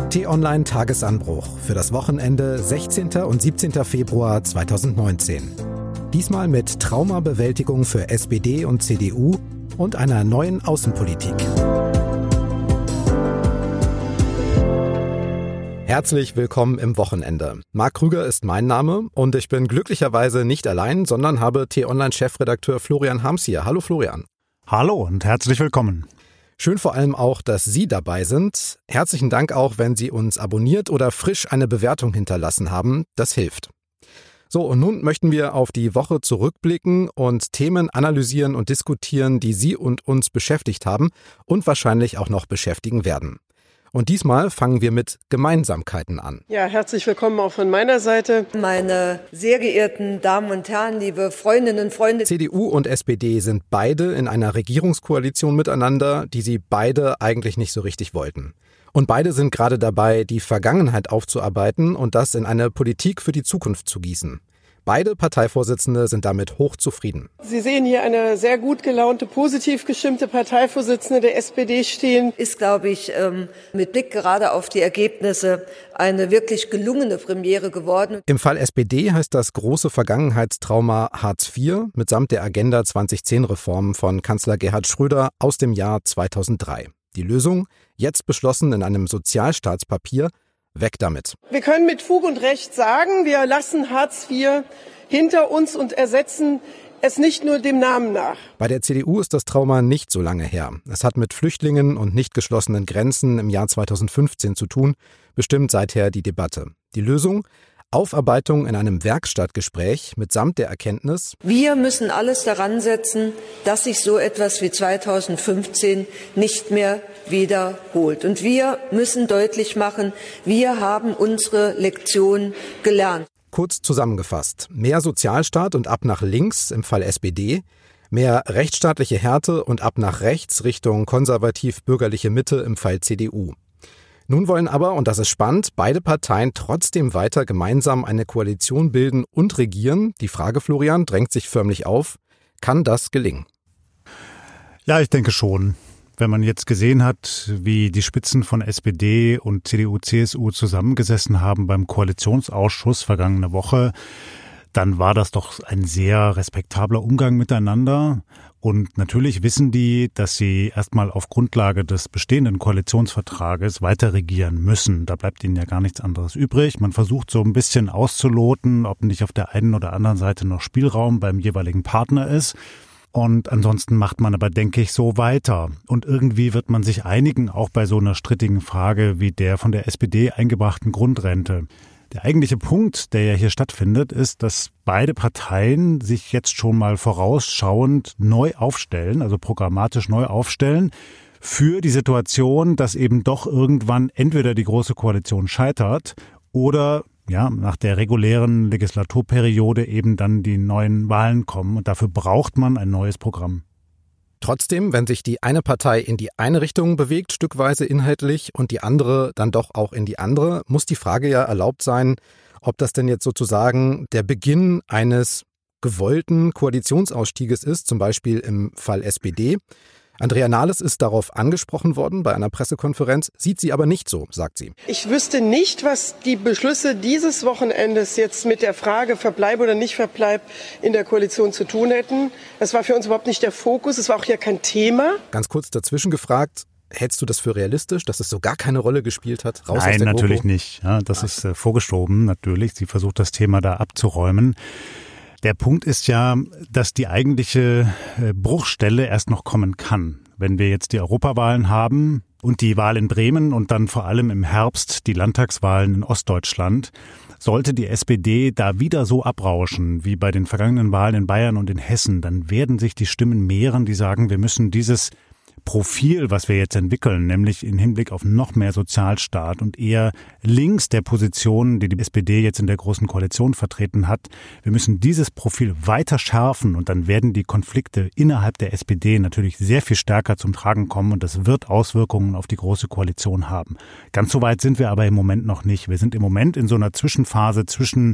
T-Online Tagesanbruch für das Wochenende 16. und 17. Februar 2019. Diesmal mit Traumabewältigung für SPD und CDU und einer neuen Außenpolitik. Herzlich willkommen im Wochenende. Marc Krüger ist mein Name und ich bin glücklicherweise nicht allein, sondern habe T-Online-Chefredakteur Florian Harms hier. Hallo Florian. Hallo und herzlich willkommen. Schön vor allem auch, dass Sie dabei sind. Herzlichen Dank auch, wenn Sie uns abonniert oder frisch eine Bewertung hinterlassen haben. Das hilft. So, und nun möchten wir auf die Woche zurückblicken und Themen analysieren und diskutieren, die Sie und uns beschäftigt haben und wahrscheinlich auch noch beschäftigen werden. Und diesmal fangen wir mit Gemeinsamkeiten an. Ja, herzlich willkommen auch von meiner Seite. Meine sehr geehrten Damen und Herren, liebe Freundinnen und Freunde. CDU und SPD sind beide in einer Regierungskoalition miteinander, die sie beide eigentlich nicht so richtig wollten. Und beide sind gerade dabei, die Vergangenheit aufzuarbeiten und das in eine Politik für die Zukunft zu gießen. Beide Parteivorsitzende sind damit hochzufrieden. Sie sehen hier eine sehr gut gelaunte, positiv gestimmte Parteivorsitzende der SPD stehen. Ist, glaube ich, mit Blick gerade auf die Ergebnisse eine wirklich gelungene Premiere geworden. Im Fall SPD heißt das große Vergangenheitstrauma Hartz IV mitsamt der Agenda 2010-Reform von Kanzler Gerhard Schröder aus dem Jahr 2003. Die Lösung, jetzt beschlossen in einem Sozialstaatspapier, weg damit. Wir können mit Fug und Recht sagen, wir lassen Hartz IV hinter uns und ersetzen es nicht nur dem Namen nach. Bei der CDU ist das Trauma nicht so lange her. Es hat mit Flüchtlingen und nicht geschlossenen Grenzen im Jahr 2015 zu tun, bestimmt seither die Debatte. Die Lösung? Aufarbeitung in einem Werkstattgespräch mitsamt der Erkenntnis: Wir müssen alles daran setzen, dass sich so etwas wie 2015 nicht mehr wiederholt. Und wir müssen deutlich machen, wir haben unsere Lektion gelernt. Kurz zusammengefasst: mehr Sozialstaat und ab nach links im Fall SPD, mehr rechtsstaatliche Härte und ab nach rechts Richtung konservativ-bürgerliche Mitte im Fall CDU. Nun wollen aber, und das ist spannend, beide Parteien trotzdem weiter gemeinsam eine Koalition bilden und regieren. Die Frage, Florian, drängt sich förmlich auf: Kann das gelingen? Ja, ich denke schon. Wenn man jetzt gesehen hat, wie die Spitzen von SPD und CDU, CSU zusammengesessen haben beim Koalitionsausschuss vergangene Woche, dann war das doch ein sehr respektabler Umgang miteinander. Und natürlich wissen die, dass sie erstmal auf Grundlage des bestehenden Koalitionsvertrages weiter regieren müssen. Da bleibt ihnen ja gar nichts anderes übrig. Man versucht so ein bisschen auszuloten, ob nicht auf der einen oder anderen Seite noch Spielraum beim jeweiligen Partner ist. Und ansonsten macht man aber, denke ich, so weiter. Und irgendwie wird man sich einigen, auch bei so einer strittigen Frage wie der von der SPD eingebrachten Grundrente. Der eigentliche Punkt, der ja hier stattfindet, ist, dass beide Parteien sich jetzt schon mal vorausschauend neu aufstellen, also programmatisch neu aufstellen, für die Situation, dass eben doch irgendwann entweder die Große Koalition scheitert oder ja, nach der regulären Legislaturperiode eben dann die neuen Wahlen kommen. Und dafür braucht man ein neues Programm. Trotzdem, wenn sich die eine Partei in die eine Richtung bewegt, stückweise inhaltlich, und die andere dann doch auch in die andere, muss die Frage ja erlaubt sein, ob das denn jetzt sozusagen der Beginn eines gewollten Koalitionsausstieges ist, zum Beispiel im Fall SPD. Andrea Nahles ist darauf angesprochen worden bei einer Pressekonferenz, sieht sie aber nicht so, sagt sie. Ich wüsste nicht, was die Beschlüsse dieses Wochenendes jetzt mit der Frage Verbleib oder nicht Verbleib in der Koalition zu tun hätten. Das war für uns überhaupt nicht der Fokus, es war auch hier kein Thema. Ganz kurz dazwischen gefragt, hältst du das für realistisch, dass es so gar keine Rolle gespielt hat? Raus Nein, aus der natürlich GroKo? Nicht. Ja, das ist vorgeschoben, natürlich. Sie versucht das Thema da abzuräumen. Der Punkt ist ja, dass die eigentliche Bruchstelle erst noch kommen kann. Wenn wir jetzt die Europawahlen haben und die Wahl in Bremen und dann vor allem im Herbst die Landtagswahlen in Ostdeutschland, sollte die SPD da wieder so abrauschen wie bei den vergangenen Wahlen in Bayern und in Hessen, dann werden sich die Stimmen mehren, die sagen, wir müssen dieses Profil, was wir jetzt entwickeln, nämlich im Hinblick auf noch mehr Sozialstaat und eher links der Position, die die SPD jetzt in der Großen Koalition vertreten hat. Wir müssen dieses Profil weiter schärfen und dann werden die Konflikte innerhalb der SPD natürlich sehr viel stärker zum Tragen kommen und das wird Auswirkungen auf die Große Koalition haben. Ganz so weit sind wir aber im Moment noch nicht. Wir sind im Moment in so einer Zwischenphase zwischen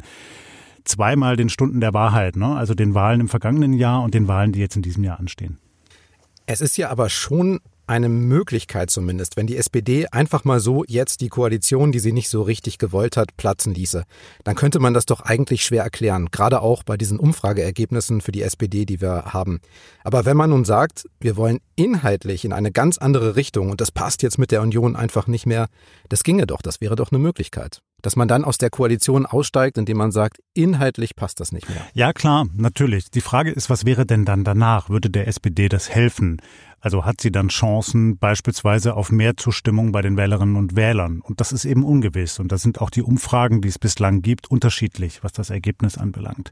zweimal den Stunden der Wahrheit, ne? Also den Wahlen im vergangenen Jahr und den Wahlen, die jetzt in diesem Jahr anstehen. Es ist ja aber schon eine Möglichkeit zumindest, wenn die SPD einfach mal so jetzt die Koalition, die sie nicht so richtig gewollt hat, platzen ließe. Dann könnte man das doch eigentlich schwer erklären, gerade auch bei diesen Umfrageergebnissen für die SPD, die wir haben. Aber wenn man nun sagt, wir wollen inhaltlich in eine ganz andere Richtung und das passt jetzt mit der Union einfach nicht mehr, das ginge doch, das wäre doch eine Möglichkeit. Dass man dann aus der Koalition aussteigt, indem man sagt, inhaltlich passt das nicht mehr. Ja klar, natürlich. Die Frage ist, was wäre denn dann danach? Würde der SPD das helfen? Also hat sie dann Chancen beispielsweise auf mehr Zustimmung bei den Wählerinnen und Wählern? Und das ist eben ungewiss. Und da sind auch die Umfragen, die es bislang gibt, unterschiedlich, was das Ergebnis anbelangt.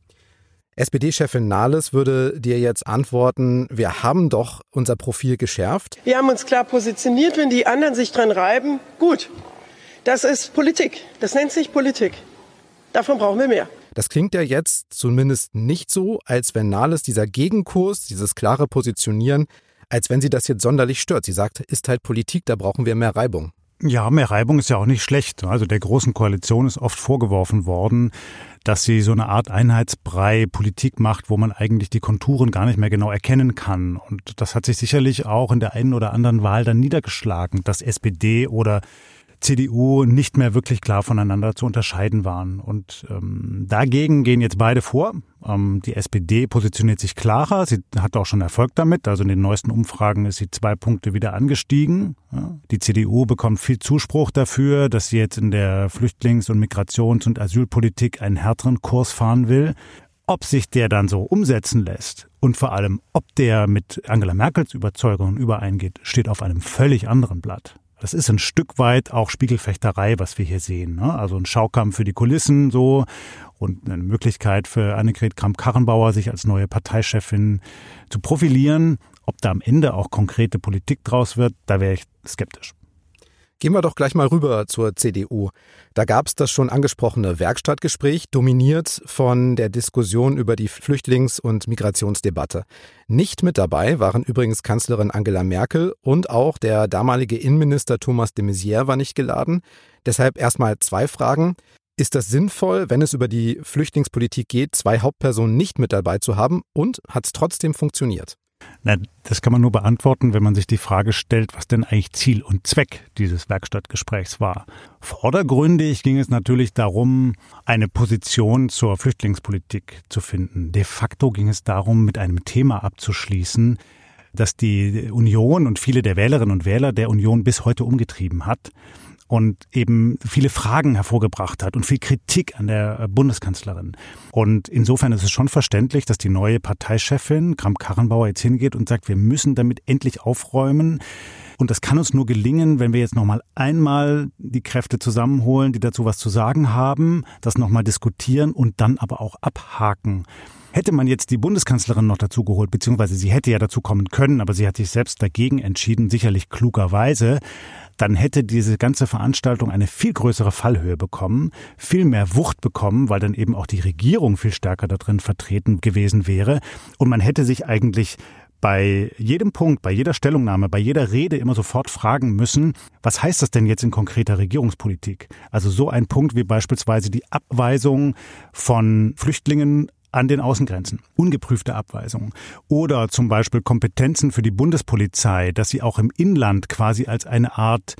SPD-Chefin Nahles würde dir jetzt antworten, wir haben doch unser Profil geschärft. Wir haben uns klar positioniert, wenn die anderen sich dran reiben, gut. Das ist Politik. Das nennt sich Politik. Davon brauchen wir mehr. Das klingt ja jetzt zumindest nicht so, als wenn Nahles dieser Gegenkurs, dieses klare Positionieren, als wenn sie das jetzt sonderlich stört. Sie sagt, ist halt Politik, da brauchen wir mehr Reibung. Ja, mehr Reibung ist ja auch nicht schlecht. Also der Großen Koalition ist oft vorgeworfen worden, dass sie so eine Art Einheitsbrei Politik macht, wo man eigentlich die Konturen gar nicht mehr genau erkennen kann. Und das hat sich sicherlich auch in der einen oder anderen Wahl dann niedergeschlagen, dass SPD oder CDU nicht mehr wirklich klar voneinander zu unterscheiden waren. Und dagegen gehen jetzt beide vor. Die SPD positioniert sich klarer. Sie hat auch schon Erfolg damit. Also in den neuesten Umfragen ist sie 2 Punkte wieder angestiegen. Ja. Die CDU bekommt viel Zuspruch dafür, dass sie jetzt in der Flüchtlings- und Migrations- und Asylpolitik einen härteren Kurs fahren will. Ob sich der dann so umsetzen lässt und vor allem, ob der mit Angela Merkels Überzeugungen übereingeht, steht auf einem völlig anderen Blatt. Das ist ein Stück weit auch Spiegelfechterei, was wir hier sehen. Also ein Schaukampf für die Kulissen so und eine Möglichkeit für Annegret Kramp-Karrenbauer, sich als neue Parteichefin zu profilieren. Ob da am Ende auch konkrete Politik draus wird, da wäre ich skeptisch. Gehen wir doch gleich mal rüber zur CDU. Da gab es das schon angesprochene Werkstattgespräch, dominiert von der Diskussion über die Flüchtlings- und Migrationsdebatte. Nicht mit dabei waren übrigens Kanzlerin Angela Merkel und auch der damalige Innenminister Thomas de Maizière war nicht geladen. Deshalb erstmal 2 Fragen. Ist das sinnvoll, wenn es über die Flüchtlingspolitik geht, 2 Hauptpersonen nicht mit dabei zu haben? Und hat es trotzdem funktioniert? Na, das kann man nur beantworten, wenn man sich die Frage stellt, was denn eigentlich Ziel und Zweck dieses Werkstattgesprächs war. Vordergründig ging es natürlich darum, eine Position zur Flüchtlingspolitik zu finden. De facto ging es darum, mit einem Thema abzuschließen, das die Union und viele der Wählerinnen und Wähler der Union bis heute umgetrieben hat und eben viele Fragen hervorgebracht hat und viel Kritik an der Bundeskanzlerin. Und insofern ist es schon verständlich, dass die neue Parteichefin Kramp-Karrenbauer jetzt hingeht und sagt, wir müssen damit endlich aufräumen. Und das kann uns nur gelingen, wenn wir jetzt noch mal einmal die Kräfte zusammenholen, die dazu was zu sagen haben, das noch mal diskutieren und dann aber auch abhaken. Hätte man jetzt die Bundeskanzlerin noch dazu geholt, beziehungsweise sie hätte ja dazu kommen können, aber sie hat sich selbst dagegen entschieden, sicherlich klugerweise, dann hätte diese ganze Veranstaltung eine viel größere Fallhöhe bekommen, viel mehr Wucht bekommen, weil dann eben auch die Regierung viel stärker da drin vertreten gewesen wäre. Und man hätte sich eigentlich bei jedem Punkt, bei jeder Stellungnahme, bei jeder Rede immer sofort fragen müssen, was heißt das denn jetzt in konkreter Regierungspolitik? Also so ein Punkt wie beispielsweise die Abweisung von Flüchtlingen an den Außengrenzen, ungeprüfte Abweisungen oder zum Beispiel Kompetenzen für die Bundespolizei, dass sie auch im Inland quasi als eine Art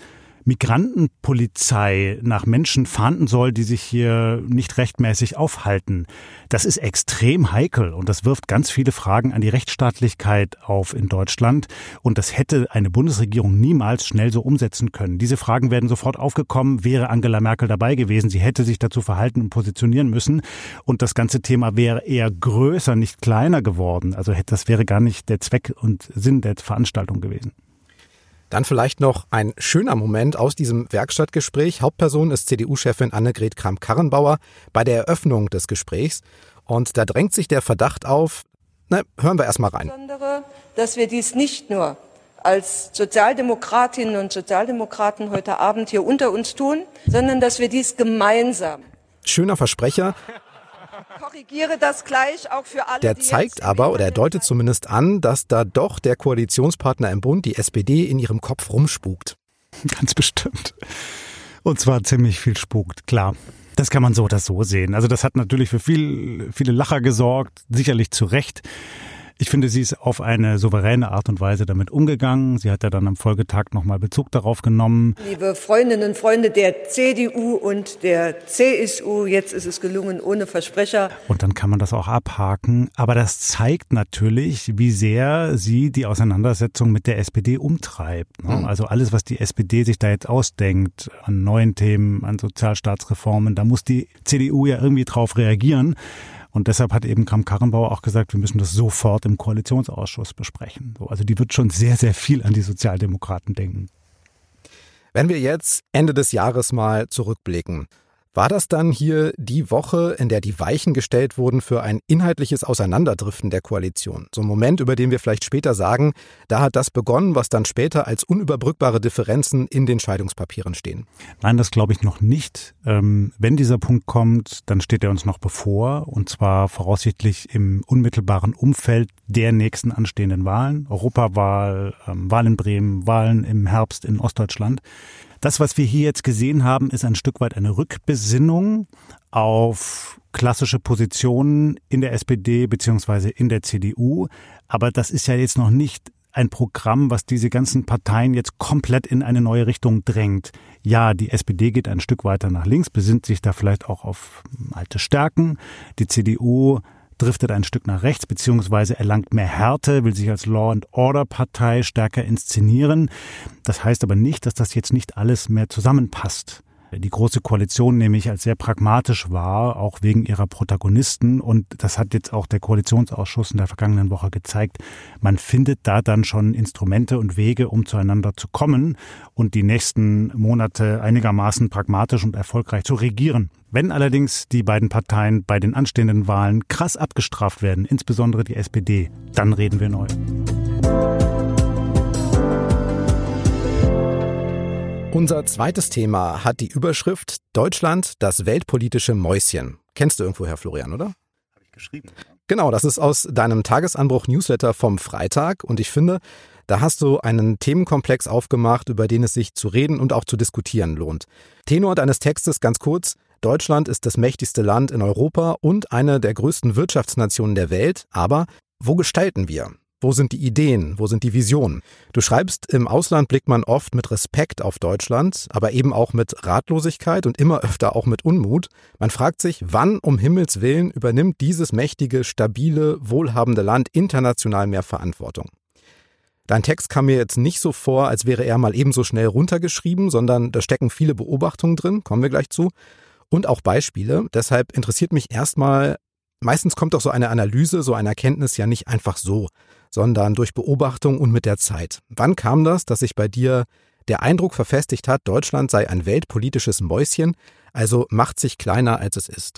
Migrantenpolizei nach Menschen fahnden soll, die sich hier nicht rechtmäßig aufhalten. Das ist extrem heikel und das wirft ganz viele Fragen an die Rechtsstaatlichkeit auf in Deutschland und das hätte eine Bundesregierung niemals schnell so umsetzen können. Diese Fragen wären sofort aufgekommen, wäre Angela Merkel dabei gewesen. Sie hätte sich dazu verhalten und positionieren müssen und das ganze Thema wäre eher größer, nicht kleiner geworden. Also das wäre gar nicht der Zweck und Sinn der Veranstaltung gewesen. Dann vielleicht noch ein schöner Moment aus diesem Werkstattgespräch. Hauptperson ist CDU-Chefin Annegret Kramp-Karrenbauer bei der Eröffnung des Gesprächs. Und da drängt sich der Verdacht auf, hören wir erst mal rein. Insbesondere, dass wir dies nicht nur als Sozialdemokratinnen und Sozialdemokraten heute Abend hier unter uns tun, sondern dass wir dies gemeinsam. Schöner Versprecher. Korrigiere das gleich auch für alle. Der zeigt aber, oder er deutet zumindest an, dass da doch der Koalitionspartner im Bund, die SPD, in ihrem Kopf rumspukt. Ganz bestimmt. Und zwar ziemlich viel spukt, klar. Das kann man so oder so sehen. Also das hat natürlich für viele Lacher gesorgt, sicherlich zu Recht. Ich finde, sie ist auf eine souveräne Art und Weise damit umgegangen. Sie hat ja dann am Folgetag nochmal Bezug darauf genommen. Liebe Freundinnen und Freunde der CDU und der CSU, jetzt ist es gelungen ohne Versprecher. Und dann kann man das auch abhaken. Aber das zeigt natürlich, wie sehr sie die Auseinandersetzung mit der SPD umtreibt. Also alles, was die SPD sich da jetzt ausdenkt, an neuen Themen, an Sozialstaatsreformen, da muss die CDU ja irgendwie drauf reagieren. Und deshalb hat eben Kramp-Karrenbauer auch gesagt, wir müssen das sofort im Koalitionsausschuss besprechen. Also die wird schon sehr, sehr viel an die Sozialdemokraten denken. Wenn wir jetzt Ende des Jahres mal zurückblicken, war das dann hier die Woche, in der die Weichen gestellt wurden für ein inhaltliches Auseinanderdriften der Koalition? So ein Moment, über den wir vielleicht später sagen, da hat das begonnen, was dann später als unüberbrückbare Differenzen in den Scheidungspapieren stehen. Nein, das glaube ich noch nicht. Wenn dieser Punkt kommt, dann steht er uns noch bevor, und zwar voraussichtlich im unmittelbaren Umfeld der nächsten anstehenden Wahlen. Europawahl, Wahl in Bremen, Wahlen im Herbst in Ostdeutschland. Das, was wir hier jetzt gesehen haben, ist ein Stück weit eine Rückbesinnung auf klassische Positionen in der SPD bzw. in der CDU. Aber das ist ja jetzt noch nicht ein Programm, was diese ganzen Parteien jetzt komplett in eine neue Richtung drängt. Ja, die SPD geht ein Stück weiter nach links, besinnt sich da vielleicht auch auf alte Stärken. Die CDU driftet ein Stück nach rechts, beziehungsweise erlangt mehr Härte, will sich als Law-and-Order-Partei stärker inszenieren. Das heißt aber nicht, dass das jetzt nicht alles mehr zusammenpasst. Die Große Koalition nehme ich als sehr pragmatisch wahr, auch wegen ihrer Protagonisten. Und das hat jetzt auch der Koalitionsausschuss in der vergangenen Woche gezeigt. Man findet da dann schon Instrumente und Wege, um zueinander zu kommen und die nächsten Monate einigermaßen pragmatisch und erfolgreich zu regieren. Wenn allerdings die beiden Parteien bei den anstehenden Wahlen krass abgestraft werden, insbesondere die SPD, dann reden wir neu. Unser zweites Thema hat die Überschrift Deutschland, das weltpolitische Mäuschen. Kennst du irgendwoher, Florian, oder? Habe ich geschrieben. Genau, das ist aus deinem Tagesanbruch-Newsletter vom Freitag. Und ich finde, da hast du einen Themenkomplex aufgemacht, über den es sich zu reden und auch zu diskutieren lohnt. Tenor deines Textes ganz kurz: Deutschland ist das mächtigste Land in Europa und eine der größten Wirtschaftsnationen der Welt. Aber wo gestalten wir? Wo sind die Ideen? Wo sind die Visionen? Du schreibst, im Ausland blickt man oft mit Respekt auf Deutschland, aber eben auch mit Ratlosigkeit und immer öfter auch mit Unmut. Man fragt sich, wann um Himmels Willen übernimmt dieses mächtige, stabile, wohlhabende Land international mehr Verantwortung? Dein Text kam mir jetzt nicht so vor, als wäre er mal ebenso schnell runtergeschrieben, sondern da stecken viele Beobachtungen drin, kommen wir gleich zu, und auch Beispiele. Deshalb interessiert mich erstmal, meistens kommt doch so eine Analyse, so eine Erkenntnis ja nicht einfach so, sondern durch Beobachtung und mit der Zeit. Wann kam das, dass sich bei dir der Eindruck verfestigt hat, Deutschland sei ein weltpolitisches Mäuschen, also macht sich kleiner, als es ist?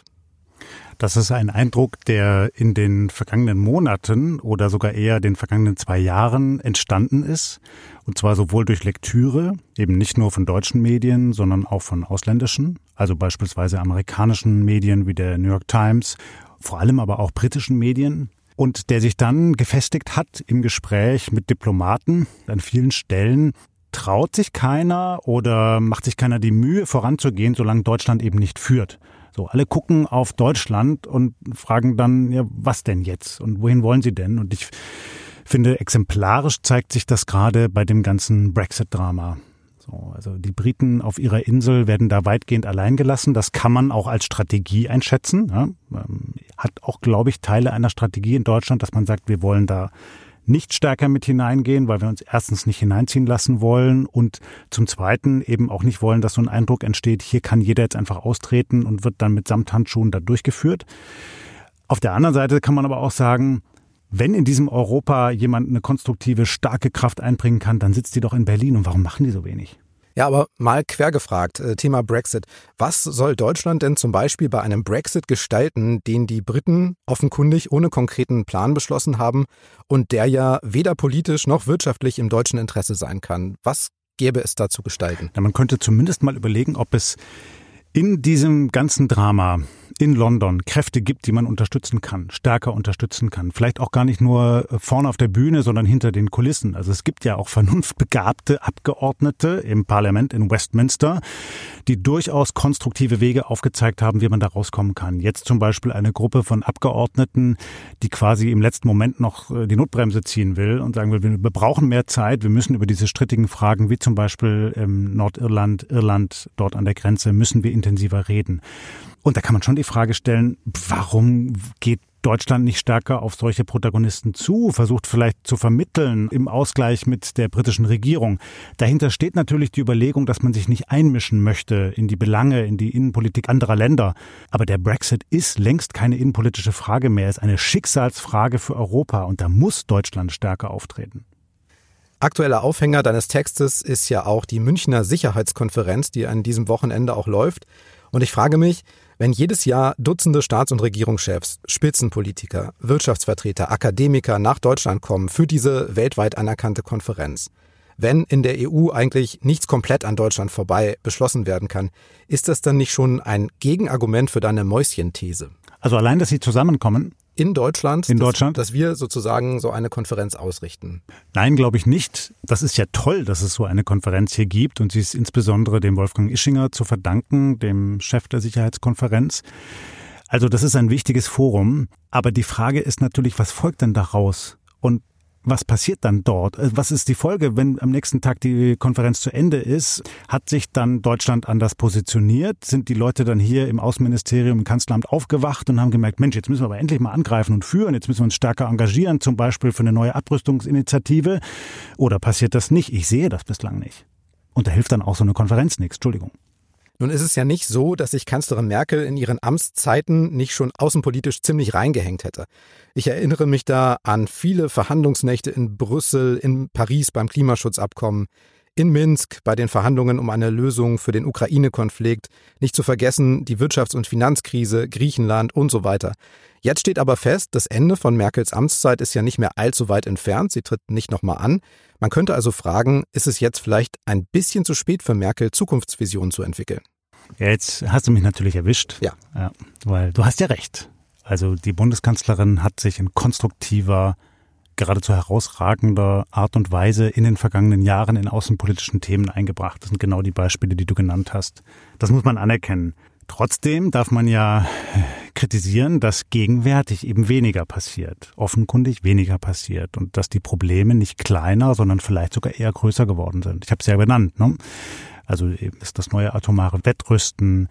Das ist ein Eindruck, der in den vergangenen Monaten oder sogar eher den vergangenen 2 Jahren entstanden ist. Und zwar sowohl durch Lektüre, eben nicht nur von deutschen Medien, sondern auch von ausländischen, also beispielsweise amerikanischen Medien wie der New York Times, vor allem aber auch britischen Medien. Und der sich dann gefestigt hat im Gespräch mit Diplomaten an vielen Stellen. Traut sich keiner oder macht sich keiner die Mühe, voranzugehen, solange Deutschland eben nicht führt. So, alle gucken auf Deutschland und fragen dann, ja, was denn jetzt und wohin wollen sie denn? Und ich finde, exemplarisch zeigt sich das gerade bei dem ganzen Brexit-Drama. So, also die Briten auf ihrer Insel werden da weitgehend allein gelassen. Das kann man auch als Strategie einschätzen. Ja. Hat auch, glaube ich, Teile einer Strategie in Deutschland, dass man sagt, wir wollen da nicht stärker mit hineingehen, weil wir uns erstens nicht hineinziehen lassen wollen und zum Zweiten eben auch nicht wollen, dass so ein Eindruck entsteht, hier kann jeder jetzt einfach austreten und wird dann mit Samthandschuhen da durchgeführt. Auf der anderen Seite kann man aber auch sagen, wenn in diesem Europa jemand eine konstruktive, starke Kraft einbringen kann, dann sitzt die doch in Berlin. Und warum machen die so wenig? Ja, aber mal quer gefragt, Thema Brexit. Was soll Deutschland denn zum Beispiel bei einem Brexit gestalten, den die Briten offenkundig ohne konkreten Plan beschlossen haben und der ja weder politisch noch wirtschaftlich im deutschen Interesse sein kann? Was gäbe es da zu gestalten? Ja, man könnte zumindest mal überlegen, ob es in diesem ganzen Drama in London Kräfte gibt, die man unterstützen kann, stärker unterstützen kann. Vielleicht auch gar nicht nur vorne auf der Bühne, sondern hinter den Kulissen. Also es gibt ja auch vernunftbegabte Abgeordnete im Parlament in Westminster, die durchaus konstruktive Wege aufgezeigt haben, wie man da rauskommen kann. Jetzt zum Beispiel eine Gruppe von Abgeordneten, die quasi im letzten Moment noch die Notbremse ziehen will und sagen will, wir brauchen mehr Zeit, wir müssen über diese strittigen Fragen, wie zum Beispiel Nordirland, Irland, dort an der Grenze, müssen wir intensiver reden. Und da kann man schon die Frage stellen, warum geht Deutschland nicht stärker auf solche Protagonisten zu, versucht vielleicht zu vermitteln im Ausgleich mit der britischen Regierung. Dahinter steht natürlich die Überlegung, dass man sich nicht einmischen möchte in die Belange, in die Innenpolitik anderer Länder. Aber der Brexit ist längst keine innenpolitische Frage mehr, ist eine Schicksalsfrage für Europa und da muss Deutschland stärker auftreten. Aktueller Aufhänger deines Textes ist ja auch die Münchner Sicherheitskonferenz, die an diesem Wochenende auch läuft. Und ich frage mich, wenn jedes Jahr Dutzende Staats- und Regierungschefs, Spitzenpolitiker, Wirtschaftsvertreter, Akademiker nach Deutschland kommen für diese weltweit anerkannte Konferenz, wenn in der EU eigentlich nichts komplett an Deutschland vorbei beschlossen werden kann, ist das dann nicht schon ein Gegenargument für deine Mäuschenthese? Also allein, dass sie zusammenkommen? In Deutschland? Dass wir sozusagen so eine Konferenz ausrichten? Nein, glaube ich nicht. Das ist ja toll, dass es so eine Konferenz hier gibt und sie ist insbesondere dem Wolfgang Ischinger zu verdanken, dem Chef der Sicherheitskonferenz. Also das ist ein wichtiges Forum. Aber die Frage ist natürlich, was folgt denn daraus? Und was passiert dann dort? Was ist die Folge, wenn am nächsten Tag die Konferenz zu Ende ist? Hat sich dann Deutschland anders positioniert? Sind die Leute dann hier im Außenministerium, im Kanzleramt aufgewacht und haben gemerkt, Mensch, jetzt müssen wir aber endlich mal angreifen und führen, jetzt müssen wir uns stärker engagieren, zum Beispiel für eine neue Abrüstungsinitiative? Oder passiert das nicht? Ich sehe das bislang nicht. Und da hilft dann auch so eine Konferenz nichts. Entschuldigung. Nun ist es ja nicht so, dass sich Kanzlerin Merkel in ihren Amtszeiten nicht schon außenpolitisch ziemlich reingehängt hätte. Ich erinnere mich da an viele Verhandlungsnächte in Brüssel, in Paris beim Klimaschutzabkommen, in Minsk bei den Verhandlungen um eine Lösung für den Ukraine-Konflikt, nicht zu vergessen die Wirtschafts- und Finanzkrise, Griechenland und so weiter. Jetzt steht aber fest, das Ende von Merkels Amtszeit ist ja nicht mehr allzu weit entfernt, sie tritt nicht nochmal an. Man könnte also fragen, ist es jetzt vielleicht ein bisschen zu spät für Merkel, Zukunftsvisionen zu entwickeln? Ja, jetzt hast du mich natürlich erwischt, ja, weil du hast ja recht. Also die Bundeskanzlerin hat sich in konstruktiver, geradezu herausragender Art und Weise in den vergangenen Jahren in außenpolitischen Themen eingebracht. Das sind genau die Beispiele, die du genannt hast. Das muss man anerkennen. Trotzdem darf man ja kritisieren, dass gegenwärtig eben weniger passiert, offenkundig weniger passiert und dass die Probleme nicht kleiner, sondern vielleicht sogar eher größer geworden sind. Ich habe es ja benannt, ne? Also eben ist das neue atomare Wettrüsten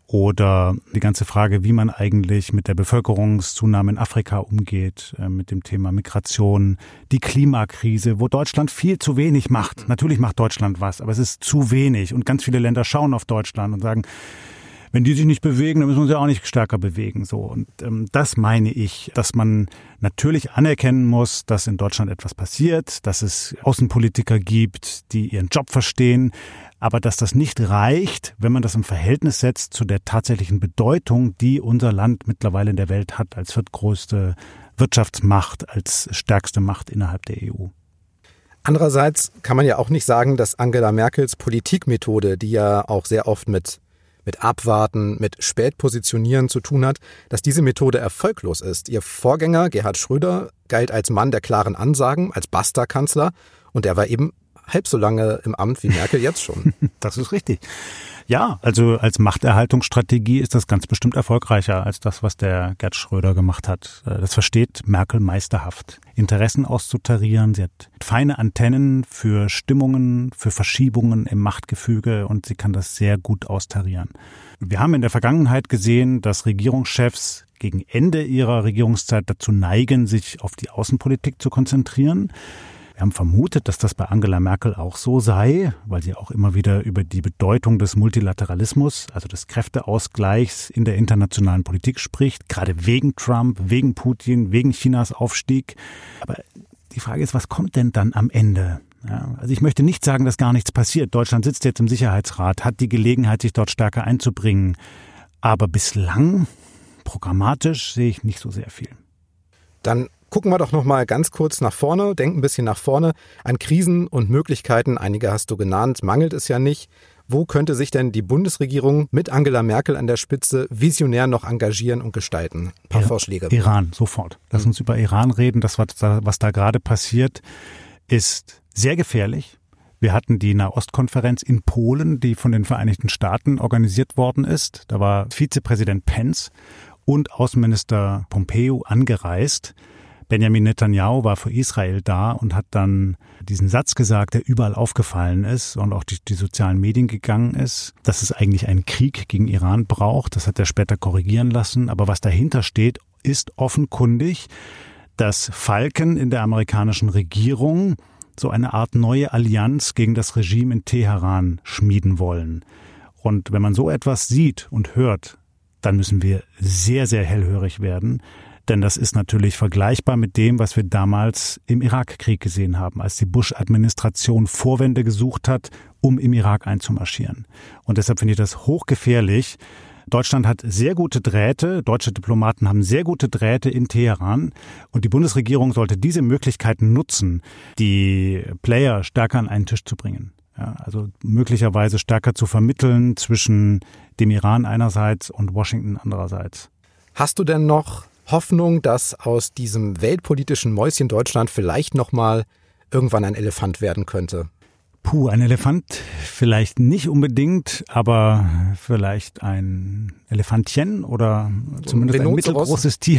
oder die ganze Frage, wie man eigentlich mit der Bevölkerungszunahme in Afrika umgeht, mit dem Thema Migration, die Klimakrise, wo Deutschland viel zu wenig macht. Natürlich macht Deutschland was, aber es ist zu wenig und ganz viele Länder schauen auf Deutschland und sagen, wenn die sich nicht bewegen, dann müssen wir uns ja auch nicht stärker bewegen. So. Und das meine ich, dass man natürlich anerkennen muss, dass in Deutschland etwas passiert, dass es Außenpolitiker gibt, die ihren Job verstehen, aber dass das nicht reicht, wenn man das im Verhältnis setzt zu der tatsächlichen Bedeutung, die unser Land mittlerweile in der Welt hat, als viertgrößte Wirtschaftsmacht, als stärkste Macht innerhalb der EU. Andererseits kann man ja auch nicht sagen, dass Angela Merkels Politikmethode, die ja auch sehr oft mit Abwarten, mit Spätpositionieren zu tun hat, dass diese Methode erfolglos ist. Ihr Vorgänger Gerhard Schröder galt als Mann der klaren Ansagen, als Basta-Kanzler und er war eben halb so lange im Amt wie Merkel jetzt schon. Das ist richtig. Ja, also als Machterhaltungsstrategie ist das ganz bestimmt erfolgreicher als das, was der Gerd Schröder gemacht hat. Das versteht Merkel meisterhaft. Interessen auszutarieren, sie hat feine Antennen für Stimmungen, für Verschiebungen im Machtgefüge und sie kann das sehr gut austarieren. Wir haben in der Vergangenheit gesehen, dass Regierungschefs gegen Ende ihrer Regierungszeit dazu neigen, sich auf die Außenpolitik zu konzentrieren. Wir haben vermutet, dass das bei Angela Merkel auch so sei, weil sie auch immer wieder über die Bedeutung des Multilateralismus, also des Kräfteausgleichs in der internationalen Politik spricht, gerade wegen Trump, wegen Putin, wegen Chinas Aufstieg. Aber die Frage ist, was kommt denn dann am Ende? Ja, also ich möchte nicht sagen, dass gar nichts passiert. Deutschland sitzt jetzt im Sicherheitsrat, hat die Gelegenheit, sich dort stärker einzubringen. Aber bislang, programmatisch, sehe ich nicht so sehr viel. Dann gucken wir doch noch mal ganz kurz nach vorne, denken ein bisschen nach vorne. An Krisen und Möglichkeiten, einige hast du genannt, mangelt es ja nicht. Wo könnte sich denn die Bundesregierung mit Angela Merkel an der Spitze visionär noch engagieren und gestalten? Ein paar Vorschläge. Iran, sofort. Lass uns über Iran reden. Das, was da gerade passiert, ist sehr gefährlich. Wir hatten die Nahostkonferenz in Polen, die von den Vereinigten Staaten organisiert worden ist. Da war Vizepräsident Pence und Außenminister Pompeo angereist. Benjamin Netanyahu war für Israel da und hat dann diesen Satz gesagt, der überall aufgefallen ist und auch durch die sozialen Medien gegangen ist, dass es eigentlich einen Krieg gegen Iran braucht. Das hat er später korrigieren lassen. Aber was dahinter steht, ist offenkundig, dass Falken in der amerikanischen Regierung so eine Art neue Allianz gegen das Regime in Teheran schmieden wollen. Und wenn man so etwas sieht und hört, dann müssen wir sehr, sehr hellhörig werden. Denn das ist natürlich vergleichbar mit dem, was wir damals im Irakkrieg gesehen haben, als die Bush-Administration Vorwände gesucht hat, um im Irak einzumarschieren. Und deshalb finde ich das hochgefährlich. Deutschland hat sehr gute Drähte, deutsche Diplomaten haben sehr gute Drähte in Teheran und die Bundesregierung sollte diese Möglichkeiten nutzen, die Player stärker an einen Tisch zu bringen. Ja, also möglicherweise stärker zu vermitteln zwischen dem Iran einerseits und Washington andererseits. Hast du denn noch Hoffnung, dass aus diesem weltpolitischen Mäuschen Deutschland vielleicht nochmal irgendwann ein Elefant werden könnte? Ein Elefant vielleicht nicht unbedingt, aber vielleicht ein Elefantchen oder zumindest ein mittelgroßes Tier.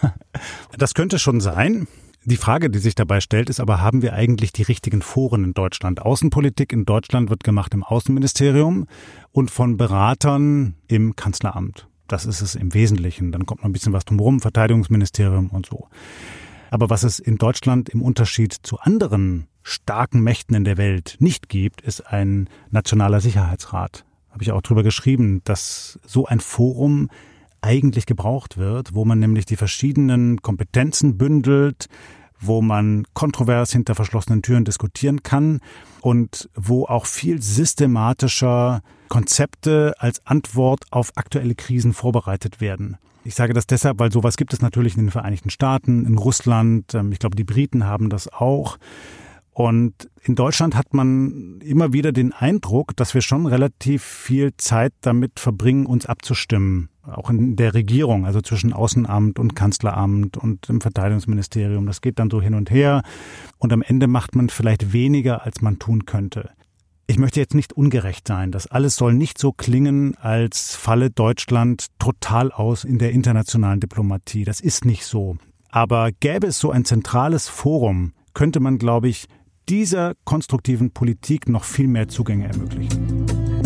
Das könnte schon sein. Die Frage, die sich dabei stellt, ist aber, haben wir eigentlich die richtigen Foren in Deutschland? Außenpolitik in Deutschland wird gemacht im Außenministerium und von Beratern im Kanzleramt. Das ist es im Wesentlichen. Dann kommt noch ein bisschen was drumherum, Verteidigungsministerium und so. Aber was es in Deutschland im Unterschied zu anderen starken Mächten in der Welt nicht gibt, ist ein nationaler Sicherheitsrat. Habe ich auch drüber geschrieben, dass so ein Forum eigentlich gebraucht wird, wo man nämlich die verschiedenen Kompetenzen bündelt, wo man kontrovers hinter verschlossenen Türen diskutieren kann und wo auch viel systematischer Konzepte als Antwort auf aktuelle Krisen vorbereitet werden. Ich sage das deshalb, weil sowas gibt es natürlich in den Vereinigten Staaten, in Russland, ich glaube, die Briten haben das auch. Und in Deutschland hat man immer wieder den Eindruck, dass wir schon relativ viel Zeit damit verbringen, uns abzustimmen. Auch in der Regierung, also zwischen Außenamt und Kanzleramt und im Verteidigungsministerium. Das geht dann so hin und her. Und am Ende macht man vielleicht weniger, als man tun könnte. Ich möchte jetzt nicht ungerecht sein. Das alles soll nicht so klingen, als falle Deutschland total aus in der internationalen Diplomatie. Das ist nicht so. Aber gäbe es so ein zentrales Forum, könnte man, glaube ich, dieser konstruktiven Politik noch viel mehr Zugänge ermöglichen.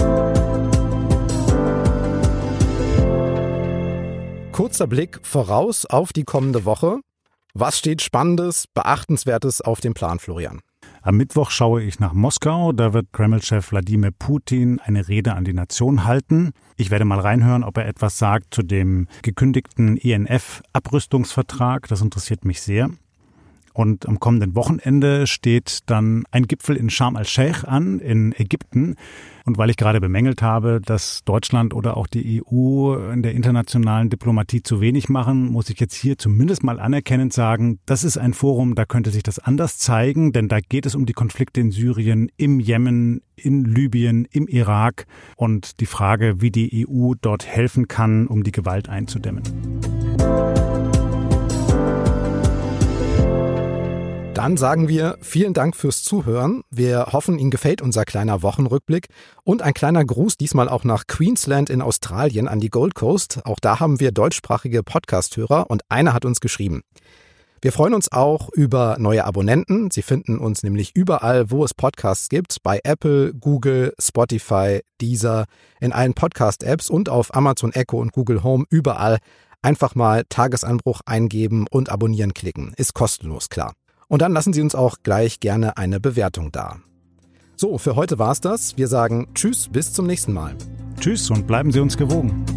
Kurzer Blick voraus auf die kommende Woche. Was steht Spannendes, Beachtenswertes auf dem Plan, Florian? Am Mittwoch schaue ich nach Moskau. Da wird Kreml-Chef Wladimir Putin eine Rede an die Nation halten. Ich werde mal reinhören, ob er etwas sagt zu dem gekündigten INF-Abrüstungsvertrag. Das interessiert mich sehr. Und am kommenden Wochenende steht dann ein Gipfel in Sharm el-Sheikh an, in Ägypten. Und weil ich gerade bemängelt habe, dass Deutschland oder auch die EU in der internationalen Diplomatie zu wenig machen, muss ich jetzt hier zumindest mal anerkennend sagen, das ist ein Forum, da könnte sich das anders zeigen, denn da geht es um die Konflikte in Syrien, im Jemen, in Libyen, im Irak und die Frage, wie die EU dort helfen kann, um die Gewalt einzudämmen. Dann sagen wir vielen Dank fürs Zuhören. Wir hoffen, Ihnen gefällt unser kleiner Wochenrückblick. Und ein kleiner Gruß diesmal auch nach Queensland in Australien an die Gold Coast. Auch da haben wir deutschsprachige Podcast-Hörer und einer hat uns geschrieben. Wir freuen uns auch über neue Abonnenten. Sie finden uns nämlich überall, wo es Podcasts gibt. Bei Apple, Google, Spotify, Deezer, in allen Podcast-Apps und auf Amazon Echo und Google Home überall. Einfach mal Tagesanbruch eingeben und abonnieren klicken. Ist kostenlos, klar. Und dann lassen Sie uns auch gleich gerne eine Bewertung da. So, für heute war's das. Wir sagen Tschüss, bis zum nächsten Mal. Tschüss und bleiben Sie uns gewogen.